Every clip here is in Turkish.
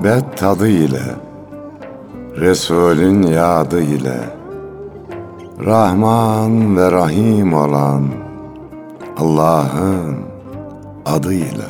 muhabbet tadı ile, Resulün yadı ile, Rahman ve Rahim olan Allah'ın adıyla.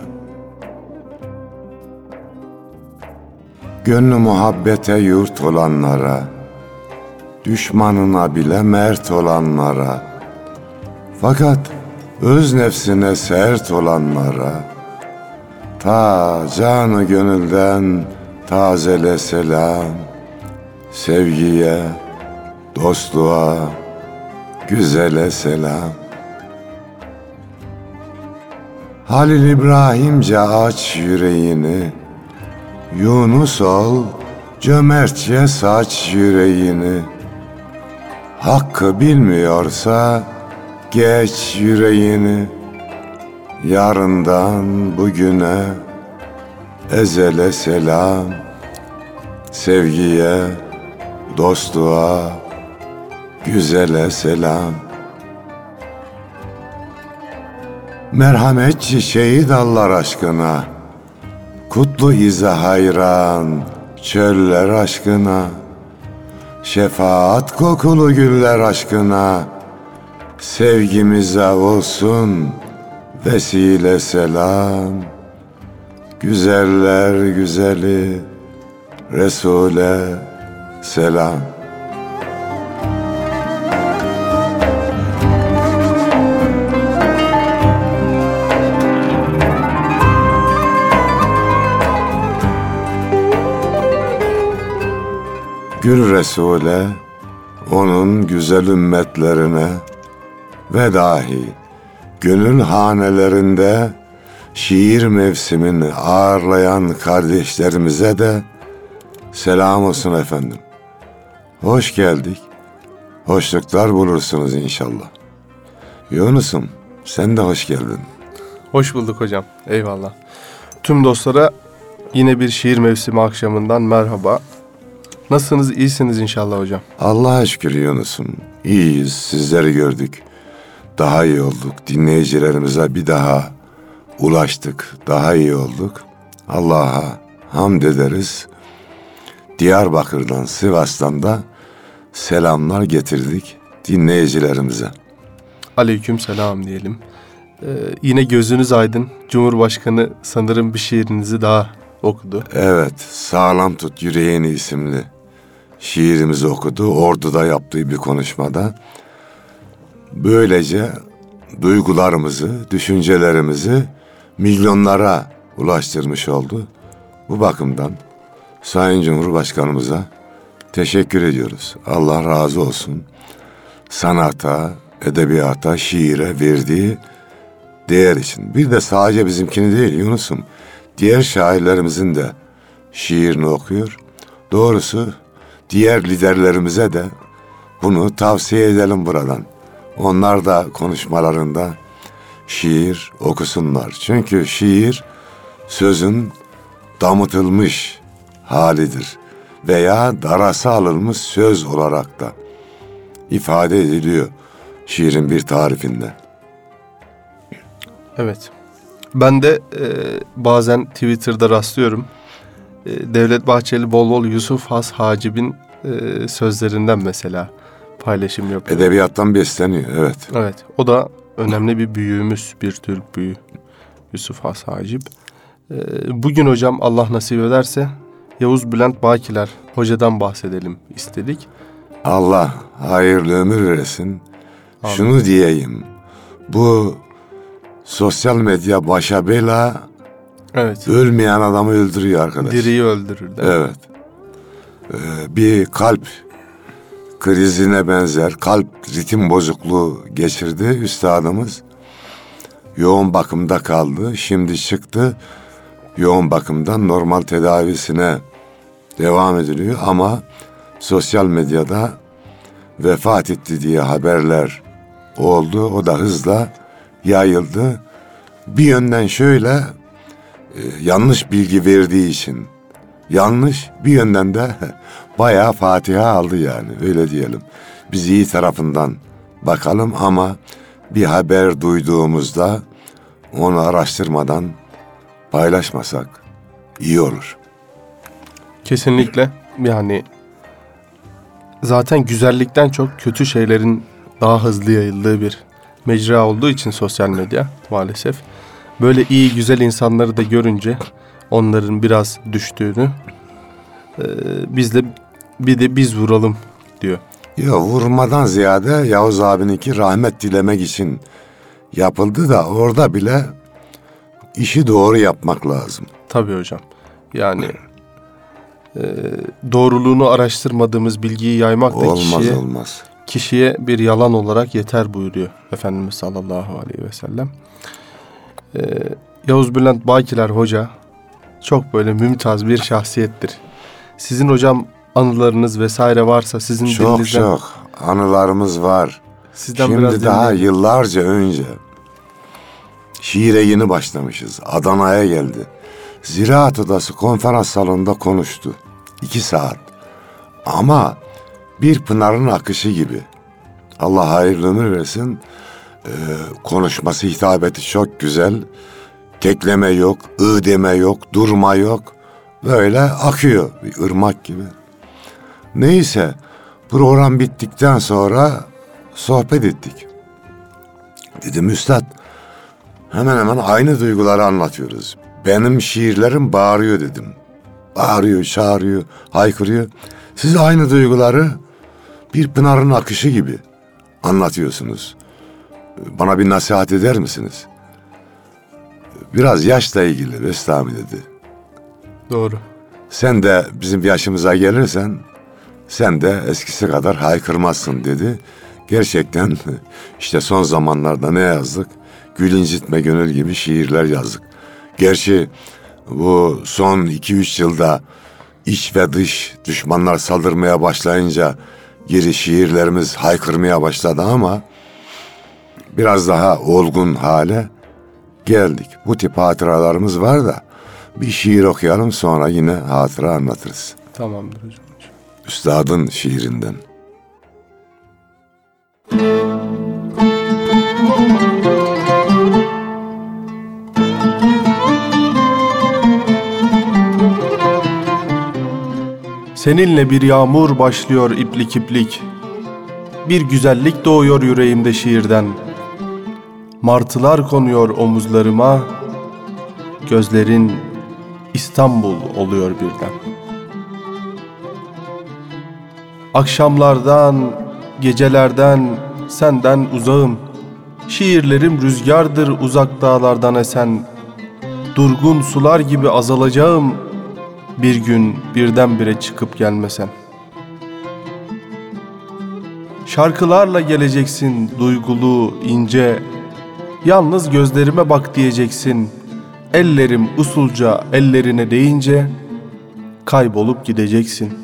Gönlü muhabbete yurt olanlara, düşmanına bile mert olanlara, fakat öz nefsine sert olanlara, ta canı gönülden tazele selam, sevgiye, dostluğa, güzele selam. Halil İbrahimce aç yüreğini, Yunus ol, cömertçe saç yüreğini. Hakkı bilmiyorsa geç yüreğini. Yarından bugüne ezele selam, sevgiye, dostluğa, güzele selam. Merhamet çiçeği dallar aşkına, kutlu ize hayran çöller aşkına, şefaat kokulu güller aşkına, sevgimize olsun vesile selam. Güzeller güzeli Resul'e selam. Gül Resul'e, onun güzel ümmetlerine ve dahi gönül hanelerinde şiir mevsimini ağırlayan kardeşlerimize de selam olsun efendim. Hoş geldik, hoşluklar bulursunuz inşallah. Yunus'um, sen de hoş geldin. Hoş bulduk hocam, eyvallah. Tüm dostlara yine bir şiir mevsimi akşamından merhaba. Nasılsınız, iyisiniz inşallah hocam? Allah'a şükür Yunus'um, iyiyiz, sizleri gördük. Daha iyi olduk, dinleyicilerimize bir daha ulaştık, daha iyi olduk. Allah'a hamd ederiz. Diyarbakır'dan, Sivas'tan da selamlar getirdik dinleyicilerimize. Aleyküm selam diyelim. Yine gözünüz aydın. Cumhurbaşkanı sanırım bir şiirinizi daha okudu. Evet, Sağlam Tut Yüreğini isimli şiirimizi okudu. Ordu'da yaptığı bir konuşmada. Böylece duygularımızı, düşüncelerimizi milyonlara ulaştırmış oldu. Bu bakımdan Sayın Cumhurbaşkanımıza teşekkür ediyoruz. Allah razı olsun. Sanata, edebiyata, şiire verdiği değer için. Bir de sadece bizimkini değil Yunus'um, diğer şairlerimizin de şiirini okuyor. Doğrusu diğer liderlerimize de bunu tavsiye edelim buradan. Onlar da konuşmalarında şiir okusunlar. Çünkü şiir sözün damıtılmış halidir veya darası alınmış söz olarak da ifade ediliyor şiirin bir tarifinde. Evet. Ben de bazen Twitter'da rastlıyorum. Devlet Bahçeli bol bol Yusuf Has Hacib'in sözlerinden mesela paylaşım yapıyor. Edebiyattan besleniyor, evet. Evet, o da önemli bir büyüğümüz, bir Türk büyüğü Yusuf Has Hacib. Bugün hocam Allah nasip ederse Yavuz Bülent Bakiler hocadan bahsedelim istedik. Allah hayırlı ömür versin. Amin. Şunu diyeyim, bu sosyal medya başa bela, evet. Ölmeyen adamı öldürüyor arkadaş. Diriyi öldürür. Evet. Bir kalp krizine benzer, kalp ritim bozukluğu geçirdi üstadımız. Yoğun bakımda kaldı. Şimdi çıktı. Yoğun bakımdan normal tedavisine devam ediliyor ama sosyal medyada vefat etti diye haberler oldu. O da hızla yayıldı. Bir yönden şöyle yanlış bilgi verdiği için yanlış, bir yönden de bayağı Fatiha aldı yani, öyle diyelim. Biz iyi tarafından bakalım ama bir haber duyduğumuzda onu araştırmadan paylaşmasak iyi olur. Kesinlikle. Yani zaten güzellikten çok kötü şeylerin daha hızlı yayıldığı bir mecra olduğu için sosyal medya maalesef. Böyle iyi güzel insanları da görünce onların biraz düştüğünü biz vuralım diyor. Ya vurmadan ziyade Yavuz abininki rahmet dilemek için yapıldı da orada bile işi doğru yapmak lazım. Tabii hocam. Yani doğruluğunu araştırmadığımız bilgiyi yaymak da Olmaz. kişiye bir yalan olarak yeter buyuruyor Efendimiz sallallahu aleyhi ve sellem. Yavuz Bülent Bakiler Hoca çok böyle mümtaz bir şahsiyettir. Sizin hocam anılarınız vesaire varsa sizin dilinizden... Çok anılarımız var. Sizden Şimdi biraz daha dinleyelim. yıllarca önce şiire yeni başlamışız. Adana'ya geldi. Ziraat Odası konferans salonunda konuştu. 2 saat. Ama bir pınarın akışı gibi. Allah hayırlı ömür versin. Konuşması, hitabeti çok güzel. Tekleme yok, deme yok, durma yok. Böyle akıyor bir ırmak gibi. Neyse program bittikten sonra sohbet ettik. Dedim üstad, hemen hemen aynı duyguları anlatıyoruz. Benim şiirlerim bağırıyor dedim. Bağırıyor, çağırıyor, haykırıyor. Siz aynı duyguları bir pınarın akışı gibi anlatıyorsunuz. Bana bir nasihat eder misiniz? Biraz yaşla ilgili Bestami dedi. Doğru. Sen de bizim yaşımıza gelirsen sen de eskisi kadar haykırmazsın dedi. Gerçekten işte son zamanlarda ne yazdık? Gül incitme gönül gibi şiirler yazdık. Gerçi bu son 2-3 yılda iç ve dış düşmanlar saldırmaya başlayınca geri şiirlerimiz haykırmaya başladı ama biraz daha olgun hale geldik. Bu tip hatıralarımız var da bir şiir okuyalım, sonra yine hatıra anlatırız. Tamamdır hocam. Üstadın şiirinden. Seninle bir yağmur başlıyor iplik iplik. Bir güzellik doğuyor yüreğimde şiirden. Martılar konuyor omuzlarıma. Gözlerin İstanbul oluyor birden. Akşamlardan, gecelerden senden uzağım. Şiirlerim rüzgardır uzak dağlardan esen. Durgun sular gibi azalacağım. Bir gün birdenbire çıkıp gelmesen. Şarkılarla geleceksin duygulu, ince. Yalnız gözlerime bak diyeceksin. Ellerim usulca ellerine değince kaybolup gideceksin.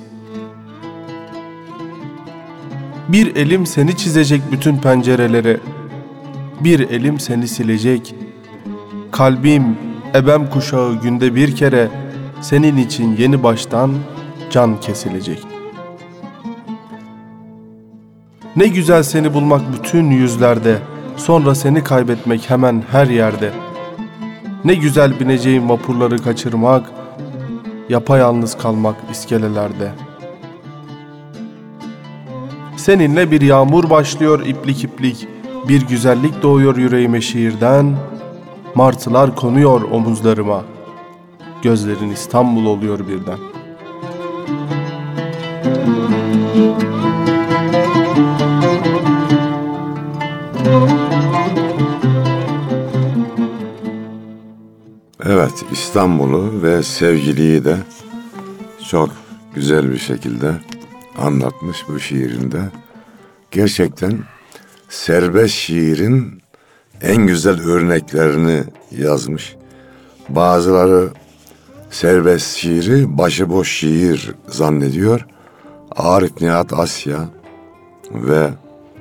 Bir elim seni çizecek bütün pencerelere. Bir elim seni silecek. Kalbim ebem kuşağı günde bir kere senin için yeni baştan can kesilecek. Ne güzel seni bulmak bütün yüzlerde, sonra seni kaybetmek hemen her yerde. Ne güzel bineceğim vapurları kaçırmak, yapayalnız kalmak iskelelerde. Seninle bir yağmur başlıyor iplik iplik, bir güzellik doğuyor yüreğime şiirden. Martılar konuyor omuzlarıma, gözlerin İstanbul oluyor birden. Evet, İstanbul'u ve sevgiliyi de çok güzel bir şekilde anlatmış bu şiirinde. Gerçekten serbest şiirin en güzel örneklerini yazmış. Bazıları serbest şiiri başıboş şiir zannediyor. Arif Nihat Asya ve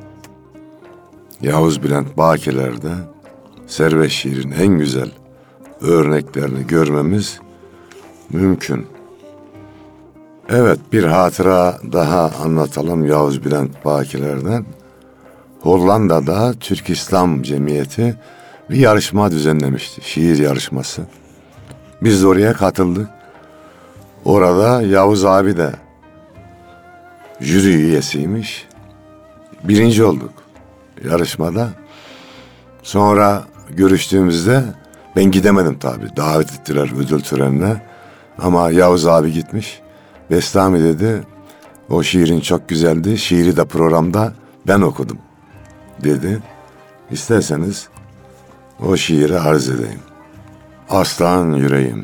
Yavuz Bülent Bakiler'de serbest şiirin en güzel örneklerini görmemiz mümkün. Evet, bir hatıra daha anlatalım Yavuz Bülent Bakiler'den. Hollanda'da Türk İslam Cemiyeti bir yarışma düzenlemişti. Şiir yarışması. Biz de oraya katıldık. Orada Yavuz abi de jüri üyesiymiş. 1. olduk yarışmada. Sonra görüştüğümüzde ben gidemedim tabii. Davet ettiler ödül törenine. Ama Yavuz abi gitmiş. Bestami dedi, o şiirin çok güzeldi. Şiiri de programda ben okudum dedi. İsterseniz o şiiri arz edeyim. Aslan yüreğim.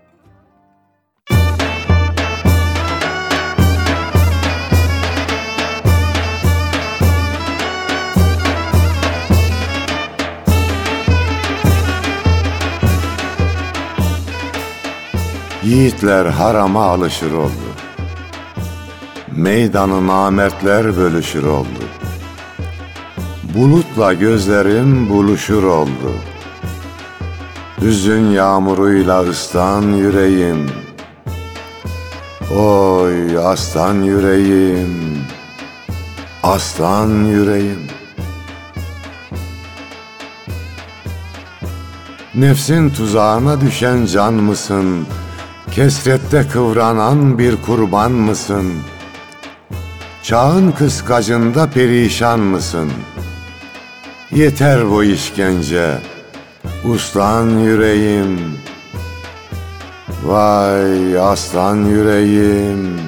Yiğitler harama alışır oldu. Meydanı namertler bölüşür oldu. Bulutla gözlerim buluşur oldu. Hüzün yağmuruyla ıslan yüreğim. Oy aslan yüreğim, aslan yüreğim. Nefsin tuzağına düşen can mısın? Kesrette kıvranan bir kurban mısın? Çağın kıskacında perişan mısın? Yeter bu işkence, uslan yüreğim. Vay aslan yüreğim,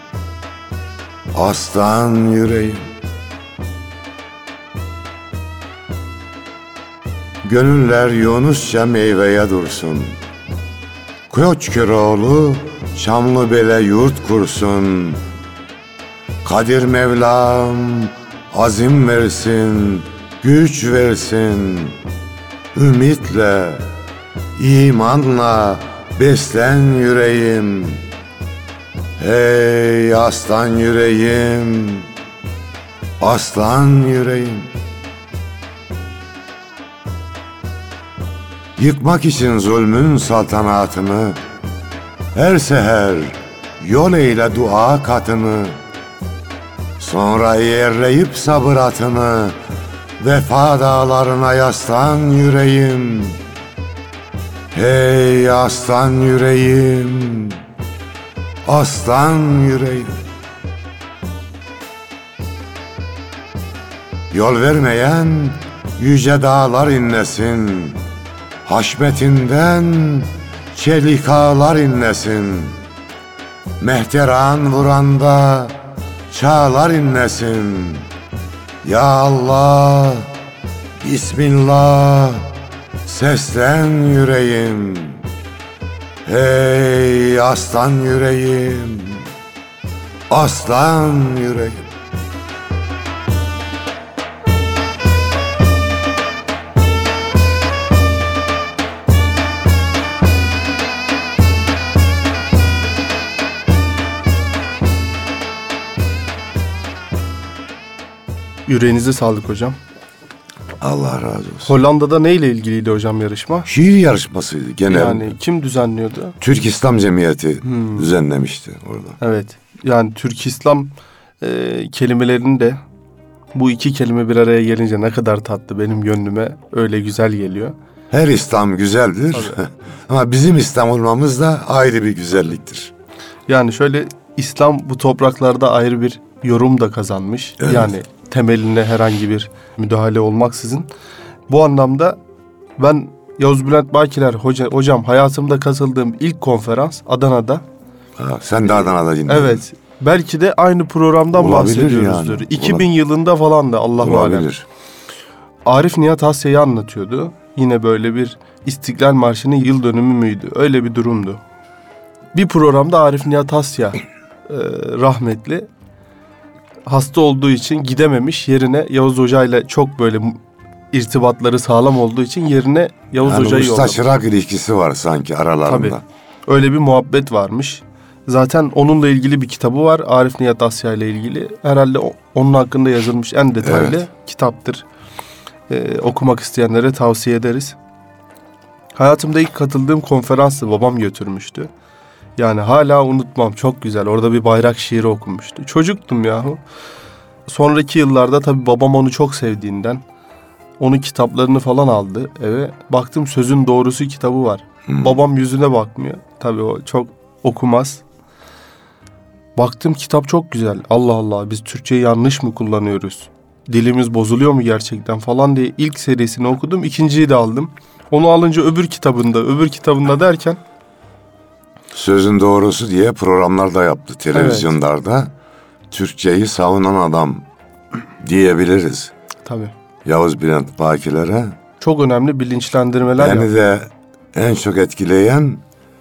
aslan yüreğim. Gönüller Yunusça meyveye dursun. Koçköroğlu Çamlıbel'e yurt kursun. Kadir Mevlam azim versin, güç versin. Ümitle, imanla beslen yüreğim. Hey aslan yüreğim, aslan yüreğim. Yıkmak için zulmün saltanatını, her seher yol eyle dua katını. Sonra yerleyip sabır atını, vefa dağlarına yaslan yüreğim. Hey aslan yüreğim, aslan yüreğim. Yol vermeyen yüce dağlar inlesin. Haşmetinden çelik ağlar inlesin. Mehteran vuranda çağlar inlesin. Ya Allah, Bismillah, seslen yüreğim. Hey aslan yüreğim, aslan yüreğim. Yüreğinize sağlık hocam. Allah razı olsun. Hollanda'da neyle ilgiliydi hocam yarışma? Şiir yarışmasıydı genel. Yani kim düzenliyordu? Türk İslam Cemiyeti düzenlemişti orada. Evet. Yani Türk İslam kelimelerini de bu iki kelime bir araya gelince ne kadar tatlı, benim gönlüme öyle güzel geliyor. Her İslam güzeldir. Ama bizim İslam olmamız da ayrı bir güzelliktir. Yani şöyle, İslam bu topraklarda ayrı bir yorum da kazanmış. Evet. Yani temeline herhangi bir müdahale olmaksızın. Bu anlamda ben Yavuz Bülent Bakiler hocam hayatımda katıldığım ilk konferans Adana'da. Ha, sen de Adana'da dinledin. Evet. Belki de aynı programdan Olabilir bahsediyoruzdur. yani. 2000 yılında falan da Allahu alem. Olabilir. Arif Nihat Asya'yı anlatıyordu. Yine böyle bir İstiklal Marşı'nın yıl dönümü müydü? Öyle bir durumdu. Bir programda Arif Nihat Asya rahmetli hasta olduğu için gidememiş. Yerine Yavuz Hoca ile çok böyle irtibatları sağlam olduğu için yerine Yavuz Yani Hoca'yı yollamış. usta-çırak ilişkisi var sanki aralarında. Tabii. Öyle bir muhabbet varmış. Zaten onunla ilgili bir kitabı var. Arif Nihat Asya ile ilgili. Herhalde onun hakkında yazılmış en detaylı kitaptır. Okumak isteyenlere tavsiye ederiz. Hayatımda ilk katıldığım konferansı babam götürmüştü. Yani hala unutmam, çok güzel. Orada bir bayrak şiiri okunmuştu. Çocuktum yahu. Sonraki yıllarda tabii babam onu çok sevdiğinden onun kitaplarını falan aldı eve. Baktım Sözün Doğrusu kitabı var. Babam yüzüne bakmıyor. Tabii o çok okumaz. Baktım kitap çok güzel. Allah Allah, biz Türkçeyi yanlış mı kullanıyoruz? Dilimiz bozuluyor mu gerçekten falan diye ilk serisini okudum. İkinciyi de aldım. Onu alınca öbür kitabında derken... Sözün doğrusu diye programlar da yaptı televizyonlarda. Evet. Türkçeyi savunan adam diyebiliriz. Tabii. Yavuz Bülent Bakilere. Çok önemli bilinçlendirmeler yaptı. Beni de en çok etkileyen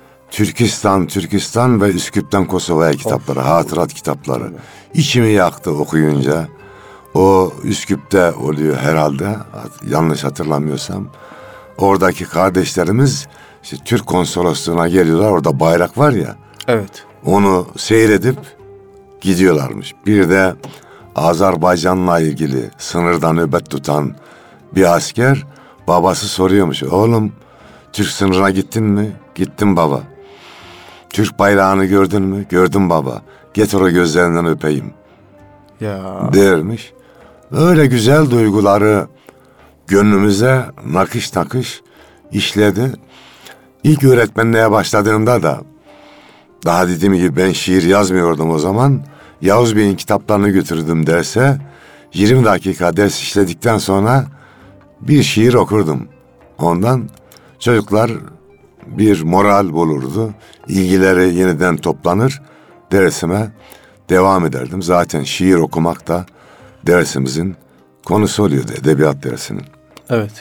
Türkistan ve Üsküp'ten Kosova'ya kitapları, hatırat kitapları. İçimi yaktı okuyunca. O Üsküp'te oluyor herhalde, yanlış hatırlamıyorsam. Oradaki kardeşlerimiz işte Türk konsolosluğuna geliyorlar, orada bayrak var ya. Evet. Onu seyredip gidiyorlarmış. Bir de Azerbaycan'la ilgili sınırda nöbet tutan bir asker, babası soruyormuş. Oğlum, Türk sınırına gittin mi? Gittim baba. Türk bayrağını gördün mü? Gördüm baba. Getir o gözlerinden öpeyim. Ya. Dermiş. Öyle güzel duyguları gönlümüze nakış nakış işledi. İlk öğretmenliğe başladığımda da, daha dediğim gibi ben şiir yazmıyordum o zaman. Yavuz Bey'in kitaplarını götürdüm derse, 20 dakika ders işledikten sonra bir şiir okurdum. Ondan çocuklar bir moral bulurdu. İlgileri yeniden toplanır, dersime devam ederdim. Zaten şiir okumak da dersimizin konusu oluyordu, edebiyat dersinin. Evet.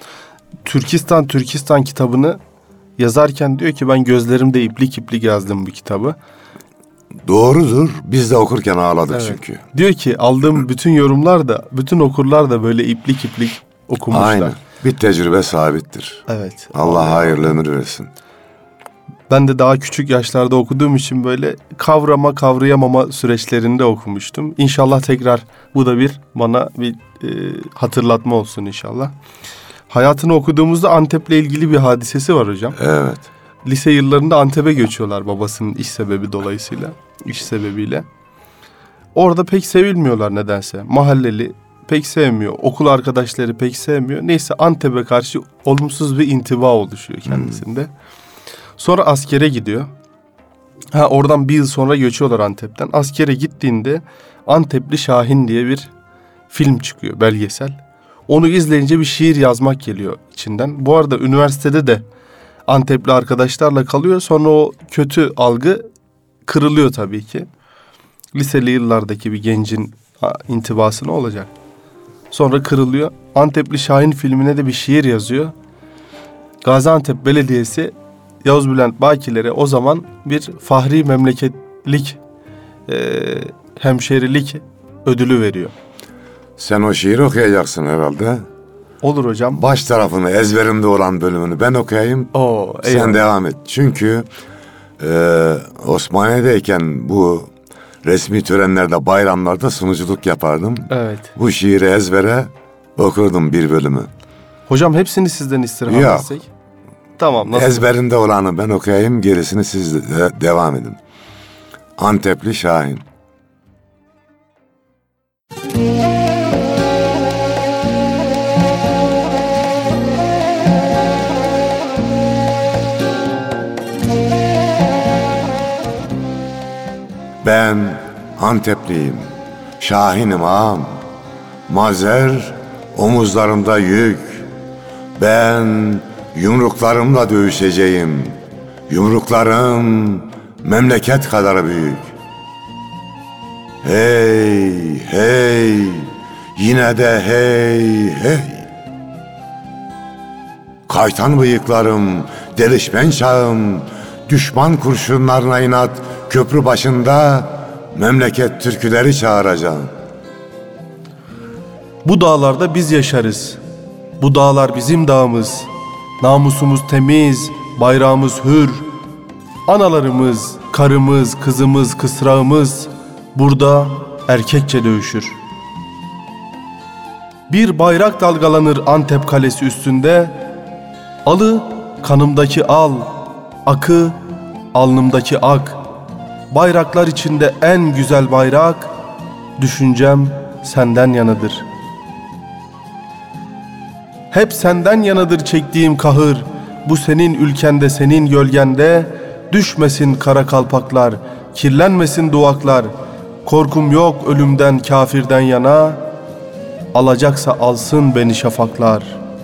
Türkistan kitabını yazarken diyor ki ben gözlerimde iplik iplik yazdım bu kitabı. Doğrudur. Biz de okurken ağladık evet. Çünkü. Diyor ki aldığım bütün yorumlar da, bütün okurlar da böyle iplik iplik okumuşlar. Aynen. Bir tecrübe sabittir. Evet. Allah hayırlı ömür versin. Ben de daha küçük yaşlarda okuduğum için böyle kavrayamama süreçlerinde okumuştum. İnşallah tekrar bu da bana bir hatırlatma olsun inşallah. Hayatını okuduğumuzda Antep'le ilgili bir hadisesi var hocam. Evet. Lise yıllarında Antep'e göçüyorlar babasının iş sebebiyle. Orada pek sevilmiyorlar nedense. Mahalleli pek sevmiyor. Okul arkadaşları pek sevmiyor. Neyse Antep'e karşı olumsuz bir intiba oluşuyor kendisinde. Sonra askere gidiyor. Oradan bir yıl sonra göçüyorlar Antep'ten. Askere gittiğinde Antepli Şahin diye bir film çıkıyor, belgesel. Onu izleyince bir şiir yazmak geliyor içinden. Bu arada üniversitede de Antepli arkadaşlarla kalıyor. Sonra o kötü algı kırılıyor tabii ki. Liseli yıllardaki bir gencin intibası ne olacak? Sonra kırılıyor. Antepli Şahin filmine de bir şiir yazıyor. Gaziantep Belediyesi Yavuz Bülent Bakilere o zaman bir fahri memleketlik, hemşerilik ödülü veriyor. Sen o şiiri okuyacaksın herhalde. Olur hocam. Baş tarafını, ezberimde olan bölümünü ben okuyayım. Sen devam et. Çünkü Osmaniye'deyken bu resmi törenlerde, bayramlarda sunuculuk yapardım. Evet. Bu şiiri ezbere okurdum bir bölümü. Hocam hepsini sizden istirham etsek. Tamam. Nasıl? Ezberinde olanı ben okuyayım, gerisini siz devam edin. Antepli Şahin. Ben Antepliyim, Şahinim ağam. Mazer omuzlarımda yük. Ben yumruklarımla dövüşeceğim. Yumruklarım memleket kadar büyük. Hey, hey, yine de hey, hey. Kaytan bıyıklarım, delişmen çağım, düşman kurşunlarına inat, köprü başında memleket türküleri çağıracağım. Bu dağlarda biz yaşarız. Bu dağlar bizim dağımız. Namusumuz temiz, bayrağımız hür. Analarımız, karımız, kızımız, kısrağımız burada erkekçe dövüşür. Bir bayrak dalgalanır Antep Kalesi üstünde. Alı kanımdaki al, akı alnımdaki ak. Bayraklar içinde en güzel bayrak, düşüncem senden yanıdır. Hep senden yanadır çektiğim kahır, bu senin ülkende, senin gölgende, düşmesin kara kalpaklar, kirlenmesin duvaklar. Korkum yok ölümden kafirden yana. Alacaksa alsın beni şafaklar.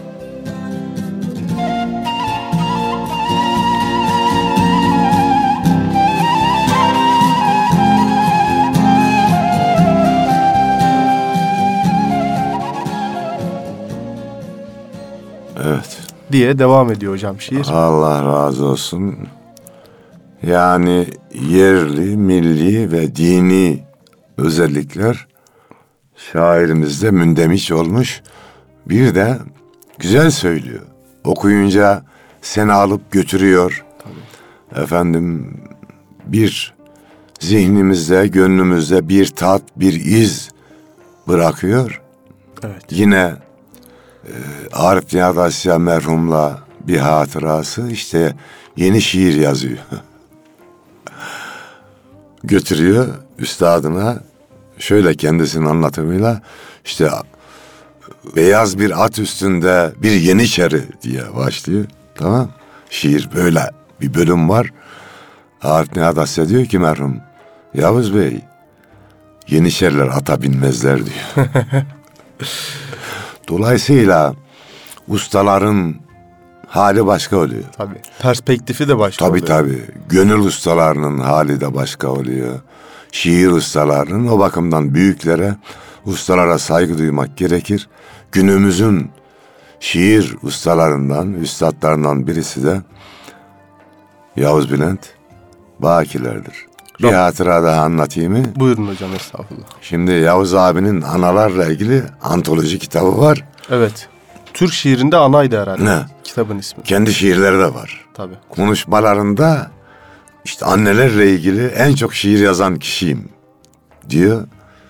Evet. Diye devam ediyor hocam şiir. Allah razı olsun. Yani yerli, milli ve dini özellikler şairimizde mündemiş olmuş. Bir de güzel söylüyor. Okuyunca seni alıp götürüyor. Tabii. Efendim bir zihnimizde, gönlümüzde bir tat, bir iz bırakıyor. Evet. Yine Arif Nihat Asya merhumla bir hatırası, işte yeni şiir yazıyor. Götürüyor üstadına, şöyle kendisinin anlatımıyla, işte beyaz bir at üstünde bir yeniçeri diye başlıyor. Tamam. Şiir böyle bir bölüm var. Arif Nihat Asya diyor ki merhum, Yavuz Bey, yeniçeriler ata binmezler diyor. Dolayısıyla ustaların hali başka oluyor. Tabii. Perspektifi de başka oluyor. Tabii. Gönül ustalarının hali de başka oluyor. Şiir ustalarının, o bakımdan büyüklere, ustalara saygı duymak gerekir. Günümüzün şiir ustalarından, üstadlarından birisi de Yavuz Bülent Bakiler'dir. Bir hatıra daha anlatayım mı? Buyurun hocam, estağfurullah. Şimdi Yavuz abinin analarla ilgili antoloji kitabı var. Evet. Türk şiirinde anaydı herhalde. Ne? Kitabın ismi. Kendi şiirleri de var. Tabii. Konuşmalarında işte annelerle ilgili en çok şiir yazan kişiyim diyor.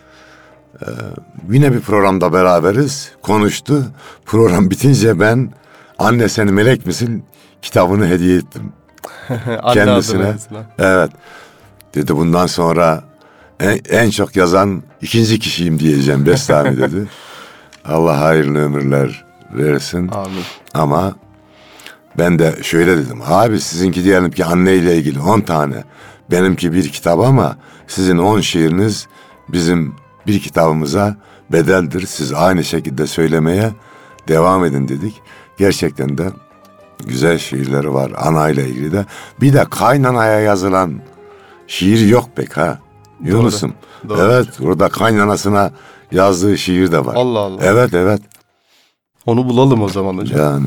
Yine bir programda beraberiz. Konuştu. Program bitince ben "Anne sen melek misin?" kitabını hediye ettim. Kendisine. Evet. Dedi bundan sonra en çok yazan ikinci kişiyim diyeceğim Bestami dedi. Allah hayırlı ömürler versin. Amin. Ama ben de şöyle dedim. Abi sizinki diyelim ki anneyle ilgili 10 tane. Benimki bir kitap ama sizin 10 şiiriniz bizim bir kitabımıza bedeldir. Siz aynı şekilde söylemeye devam edin dedik. Gerçekten de güzel şiirleri var anayla ilgili de. Bir de kaynanaya yazılan şiir yok pek ha. Yunus'um. Doğru. Evet, orada kaynanasına yazdığı şiir de var. Allah Allah. Evet. Onu bulalım o zaman hocam. Yani.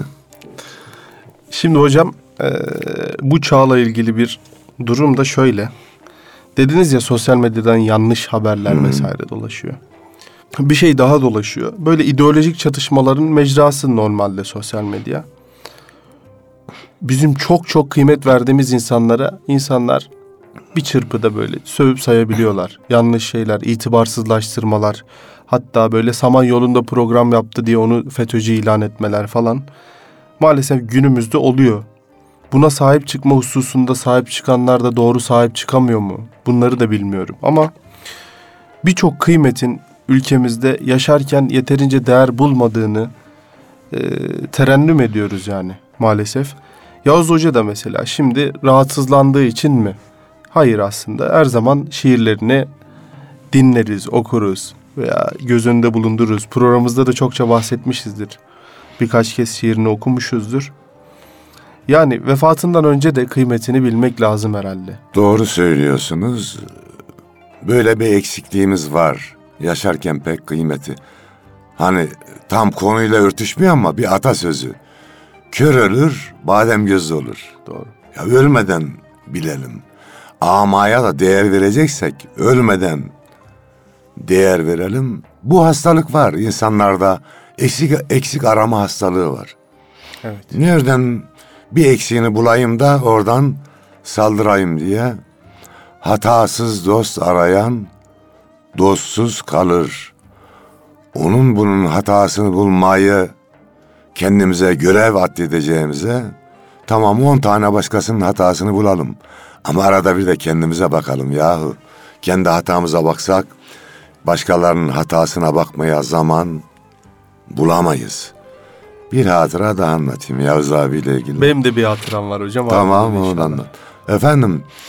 Şimdi hocam bu çağla ilgili bir durum da şöyle. Dediniz ya, sosyal medyadan yanlış haberler vesaire dolaşıyor. Bir şey daha dolaşıyor. Böyle ideolojik çatışmaların mecrası normalde sosyal medya. Bizim çok çok kıymet verdiğimiz insanlar bir çırpıda böyle sövüp sayabiliyorlar. Yanlış şeyler, itibarsızlaştırmalar. Hatta böyle Samanyolu'nda program yaptı diye onu FETÖ'cü ilan etmeler falan. Maalesef günümüzde oluyor. Buna sahip çıkma hususunda sahip çıkanlar da doğru sahip çıkamıyor mu? Bunları da bilmiyorum. Ama birçok kıymetin ülkemizde yaşarken yeterince değer bulmadığını terennüm ediyoruz yani maalesef. Yavuz Hoca da mesela şimdi rahatsızlandığı için mi? Hayır, aslında her zaman şiirlerini dinleriz, okuruz veya göz önünde bulundururuz. Programımızda da çokça bahsetmişizdir. Birkaç kez şiirini okumuşuzdur. Yani vefatından önce de kıymetini bilmek lazım herhalde. Doğru söylüyorsunuz. Böyle bir eksikliğimiz var. Yaşarken pek kıymeti. Hani tam konuyla örtüşmüyor ama bir atasözü. Kör ölür, badem gözlü olur. Doğru. Ya ölmeden bilelim. Amaya da değer vereceksek ölmeden değer verelim. Bu hastalık var insanlarda. Eksik arama hastalığı var. Evet. Nereden bir eksiğini bulayım da oradan saldırayım diye. Hatasız dost arayan dostsuz kalır. Onun bunun hatasını bulmayı kendimize görev addedeceğimize tamam 10 tane başkasının hatasını bulalım. Ama arada bir de kendimize bakalım yahu. Kendi hatamıza baksak başkalarının hatasına bakmaya zaman bulamayız. Bir hatıra daha anlatayım Yavuz abiyle ilgili. Benim de bir hatıram var hocam. Tamam, onu anlat. Efendim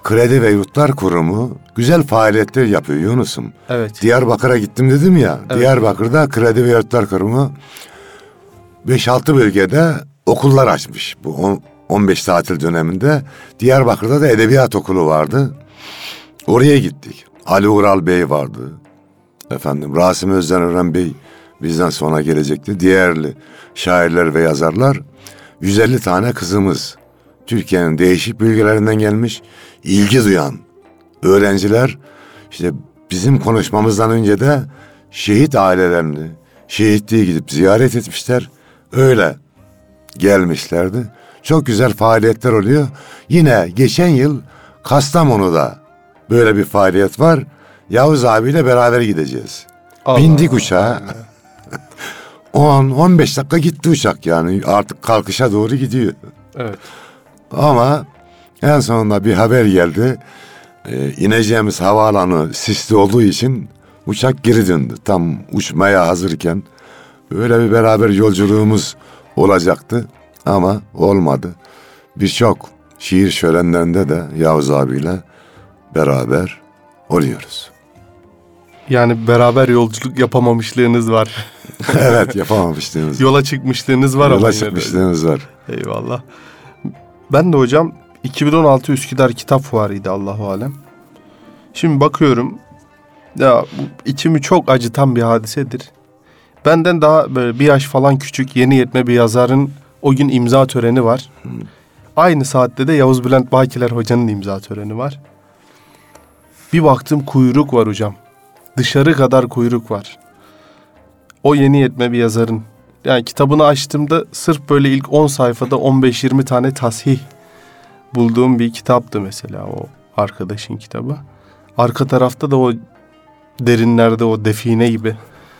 Kredi ve Yurtlar Kurumu güzel faaliyetler yapıyor Yunus'um. Evet. Diyarbakır'a gittim dedim ya. Evet. Diyarbakır'da Kredi ve Yurtlar Kurumu 5-6 bölgede okullar açmış. Bu 15 tatil döneminde. Diyarbakır'da da edebiyat okulu vardı. Oraya gittik. Ali Ural Bey vardı. Efendim Rasim Özdenören Bey bizden sonra gelecekti. Diğerli şairler ve yazarlar. 150 tane kızımız. Türkiye'nin değişik bölgelerinden gelmiş. İlgi duyan öğrenciler işte bizim konuşmamızdan önce de şehit ailelerini, şehitliği gidip ziyaret etmişler. Öyle gelmişlerdi. Çok güzel faaliyetler oluyor. Yine geçen yıl Kastamonu'da böyle bir faaliyet var. Yavuz abiyle beraber gideceğiz. Allah Bindik Allah. uçağa. 10-15 dakika gitti uçak yani. Artık kalkışa doğru gidiyor. Evet. Ama en sonunda bir haber geldi. İneceğimiz havaalanı sisli olduğu için uçak geri döndü. Tam uçmaya hazırken böyle bir beraber yolculuğumuz olacaktı ama olmadı. Birçok şiir şölenlerinde de Yavuz abiyle beraber oluyoruz. Yani beraber yolculuk yapamamışlığınız var. Evet, yapamamışlığımız. Yola çıkmışlığınız var ama. Yola yine de. çıkmışlığımız var. Eyvallah. Ben de hocam 2016 Üsküdar Kitap Fuarı'ydı Allahu alem. Şimdi bakıyorum ya bu içimi çok acıtan bir hadisedir. Benden daha böyle bir yaş falan küçük yeni yetme bir yazarın o gün imza töreni var. Aynı saatte de Yavuz Bülent Bakiler hocanın imza töreni var. Bir baktım kuyruk var hocam. Dışarı kadar kuyruk var. O yeni yetme bir yazarın. Yani kitabını açtığımda sırf böyle ilk 10 sayfada 15-20 tane tasih bulduğum bir kitaptı mesela o arkadaşın kitabı. Arka tarafta da o derinlerde o define gibi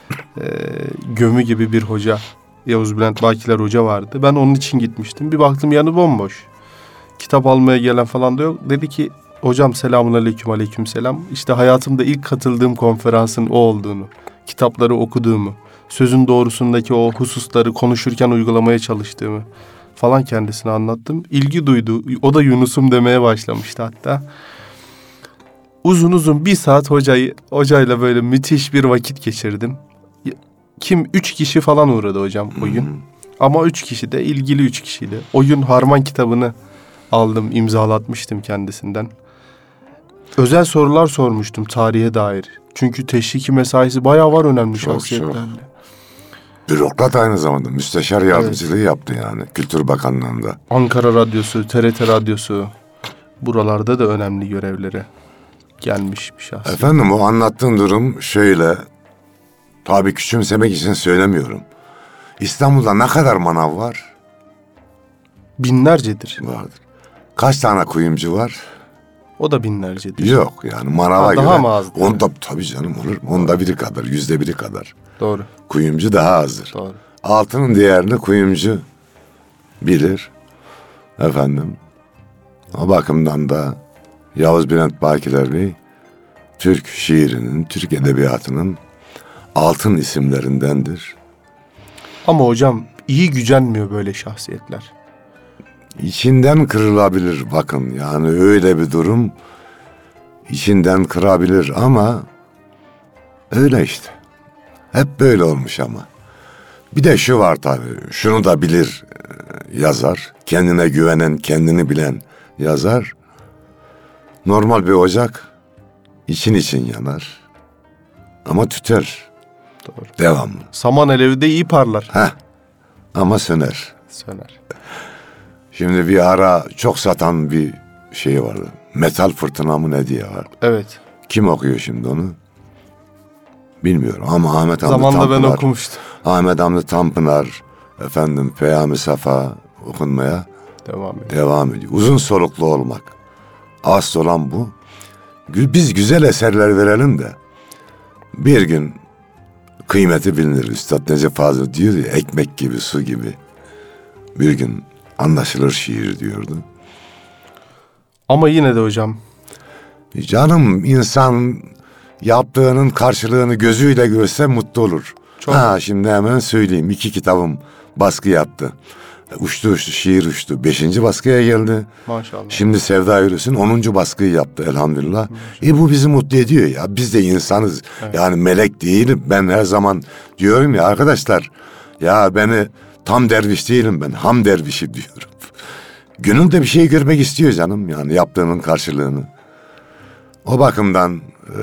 gömü gibi bir hoca, Yavuz Bülent Bakiler hoca vardı. Ben onun için gitmiştim. Bir baktım yanı bomboş. Kitap almaya gelen falan da yok. Dedi ki hocam selamun aleyküm, aleyküm selam. İşte hayatımda ilk katıldığım konferansın o olduğunu, kitapları okuduğumu, sözün doğrusundaki o hususları konuşurken uygulamaya çalıştığımı falan kendisine anlattım. İlgi duydu. O da Yunus'um demeye başlamıştı hatta. Uzun uzun bir saat hocayla böyle müthiş bir vakit geçirdim. 3 kişi falan uğradı hocam o gün. Ama 3 kişi de ilgili 3 kişiydi. O gün Harman kitabını aldım, imzalatmıştım kendisinden. Özel sorular sormuştum tarihe dair. Çünkü teşviki mesaisi bayağı var önemli Çok, şahsiyetlerle. Bürokrat aynı zamanda müsteşar yardımcılığı yaptı yani Kültür Bakanlığı'nda. Ankara Radyosu, TRT Radyosu buralarda da önemli görevlere gelmiş bir şahsiyet. Efendim o anlattığın durum şöyle, tabii küçümsemek için söylemiyorum. İstanbul'da ne kadar manav var? Binlercedir. Vardır. Kaç tane kuyumcu var? O da binlercedir. Yok yani manava Ha, göre. daha mı azdır? Onda tabii canım olur. Onda biri kadar, 1/1 kadar. Doğru, Kuyumcu daha azdır. doğru. Altının değerini kuyumcu bilir. Efendim. O bakımdan da Yavuz Bülent Bakiler Bey Türk şiirinin, Türk edebiyatının altın isimlerindendir. Ama hocam iyi gücenmiyor böyle şahsiyetler. İçinden kırılabilir bakın yani öyle bir durum içinden kırabilir ama öyle işte. Hep böyle olmuş ama. Bir de şu var tabii, şunu da bilir yazar, kendine güvenen, kendini bilen yazar. Normal bir ocak için yanar ama tüter. Doğru. Devamlı. Saman alevi de iyi parlar. Ama söner. Söner. Şimdi bir ara çok satan bir şey vardı. Metal Fırtına mı ne diye var. Evet. Kim okuyor şimdi onu? Bilmiyorum ama Ahmet Hamdi Zamanında ben Tanpınar. okumuştum. Ahmet Hamdi Tanpınar, efendim Peyami Safa okunmaya devam ediyor. Uzun soluklu olmak. Asıl olan bu. Biz güzel eserler verelim de bir gün kıymeti bilinir. Üstad Necip Fazıl diyor ya, ekmek gibi, su gibi. Bir gün anlaşılır şiir diyordu. Ama yine de hocam. Canım insan yaptığının karşılığını gözüyle görse mutlu olur. Çok. Şimdi hemen söyleyeyim. 2 kitabım baskı yaptı. Uçtu şiir uçtu. 5. baskıya geldi. Maşallah. Şimdi Sevda Yürüs'ün 10. baskıyı yaptı elhamdülillah. Bu bizi mutlu ediyor ya. Biz de insanız. Evet. Yani melek değilim. Ben her zaman diyorum ya arkadaşlar. Ya beni tam derviş değilim ben. Ham dervişim diyorum. Gönül de bir şey görmek istiyor canım. Yani yaptığının karşılığını. O bakımdan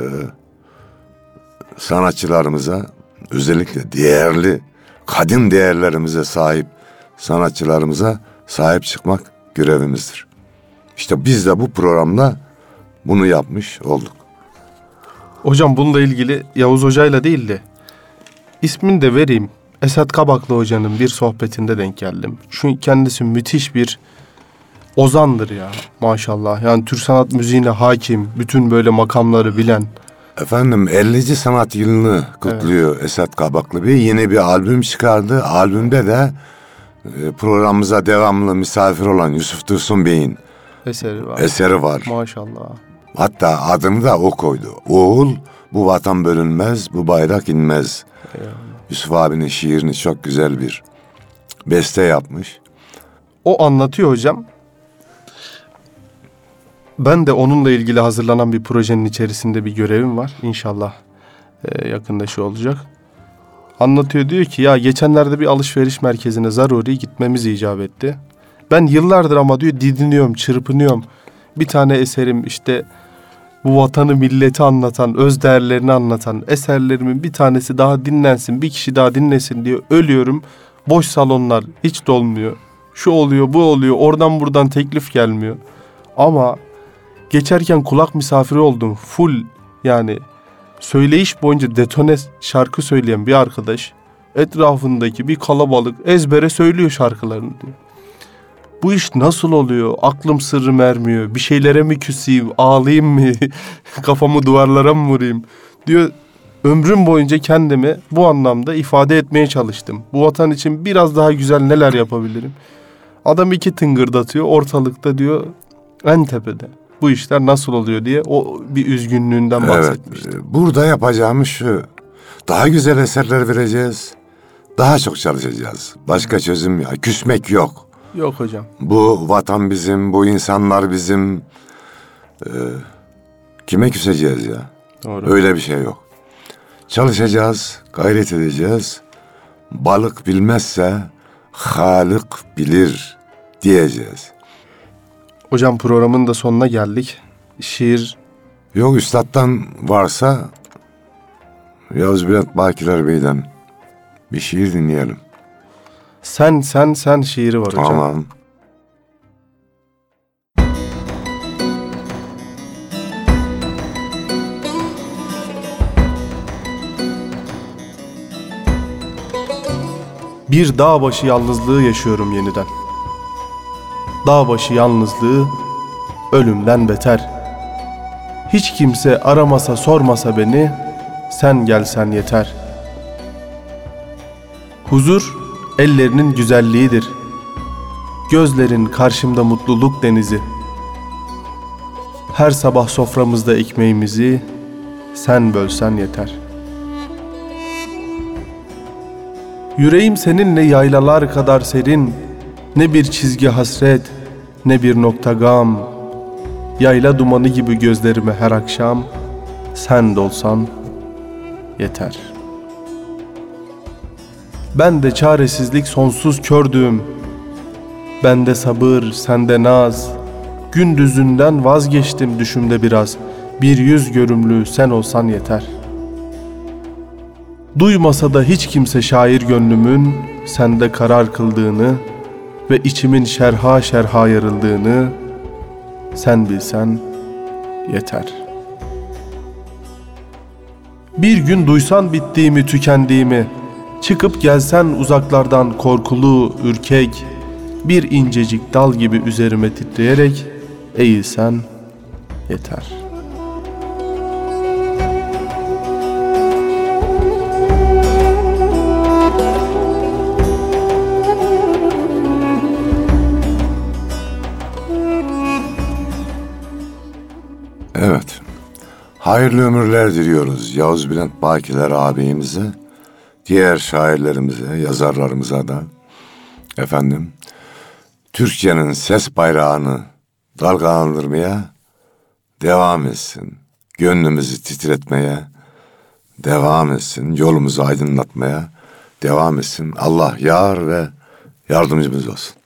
sanatçılarımıza, özellikle değerli, kadim değerlerimize sahip sanatçılarımıza sahip çıkmak görevimizdir. İşte biz de bu programda bunu yapmış olduk. Hocam bununla ilgili Yavuz Hoca'yla değil de ismini de vereyim. Esat Kabaklı Hoca'nın bir sohbetinde denk geldim. Çünkü kendisi müthiş bir ozandır ya maşallah. Yani Türk sanat müziğine hakim, bütün böyle makamları bilen. Efendim 50. sanat yılını kutluyor Esat Kabaklı Bey. Yeni bir albüm çıkardı. Albümde de programımıza devamlı misafir olan Yusuf Dursun Bey'in eseri var. Maşallah. Hatta adını da o koydu. Oğul, bu vatan bölünmez, bu bayrak inmez. Eyvallah. Yusuf abinin şiirini çok güzel bir beste yapmış. O anlatıyor hocam. Ben de onunla ilgili hazırlanan bir projenin içerisinde bir görevim var. İnşallah yakında şu olacak. Anlatıyor, diyor ki ya geçenlerde bir alışveriş merkezine zaruri gitmemiz icap etti. Ben yıllardır ama diyor didiniyorum, çırpınıyorum. Bir tane eserim işte bu vatanı milleti anlatan, öz değerlerini anlatan eserlerimin bir tanesi daha dinlensin, bir kişi daha dinlesin diye ölüyorum. Boş salonlar hiç dolmuyor. Şu oluyor, bu oluyor, oradan buradan teklif gelmiyor. Ama geçerken kulak misafiri oldum. Full yani söyleyiş boyunca detone şarkı söyleyen bir arkadaş etrafındaki bir kalabalık ezbere söylüyor şarkılarını diyor. Bu iş nasıl oluyor? Aklım sırrım ermiyor. Bir şeylere mi küseyim? Ağlayayım mı? Kafamı duvarlara mı vurayım? Diyor. Ömrüm boyunca kendimi bu anlamda ifade etmeye çalıştım. Bu vatan için biraz daha güzel neler yapabilirim? Adam 2 tıngırdatıyor. Ortalıkta diyor en tepede. Bu işler nasıl oluyor diye o bir üzgünlüğünden bahsetmişti. Evet, burada yapacağımız şu. Daha güzel eserler vereceğiz. Daha çok çalışacağız. Başka çözüm ya. Küsmek yok. Yok hocam. Bu vatan bizim, bu insanlar bizim. Kime küseceğiz ya? Doğru. Öyle bir şey yok. Çalışacağız, gayret edeceğiz. Balık bilmezse Halık bilir diyeceğiz. Hocam programın da sonuna geldik. Şiir... Yok üstattan varsa Yavuz Bülent Bakiler Bey'den bir şiir dinleyelim. Sen şiiri var hocam. Tamam. Bir dağ başı yalnızlığı yaşıyorum yeniden. Dağ başı yalnızlığı ölümden beter. Hiç kimse aramasa sormasa beni, sen gelsen yeter. Huzur ellerinin güzelliğidir. Gözlerin karşımda mutluluk denizi. Her sabah soframızda ekmeğimizi sen bölsen yeter. Yüreğim seninle yaylalar kadar serin, ne bir çizgi hasret, ne bir nokta gam. Yayla dumanı gibi gözlerime her akşam sen dolsan yeter. Ben de çaresizlik sonsuz kördüm. Bende sabır, sende naz. Gündüzünden vazgeçtim düşümde biraz. Bir yüz görümlü sen olsan yeter. Duymasa da hiç kimse şair gönlümün sende karar kıldığını ve içimin şerha şerha yarıldığını sen bilsen yeter. Bir gün duysan bittiğimi, tükendiğimi, çıkıp gelsen uzaklardan korkulu, ürkek, bir incecik dal gibi üzerime titreyerek eğilsen yeter. Evet. Hayırlı ömürler diliyoruz Yavuz Bülent Bakiler ağabeyimize, diğer şairlerimize, yazarlarımıza da efendim. Türkçenin ses bayrağını dalgalandırmaya devam etsin. Gönlümüzü titretmeye devam etsin. Yolumuzu aydınlatmaya devam etsin. Allah yar ve yardımcımız olsun.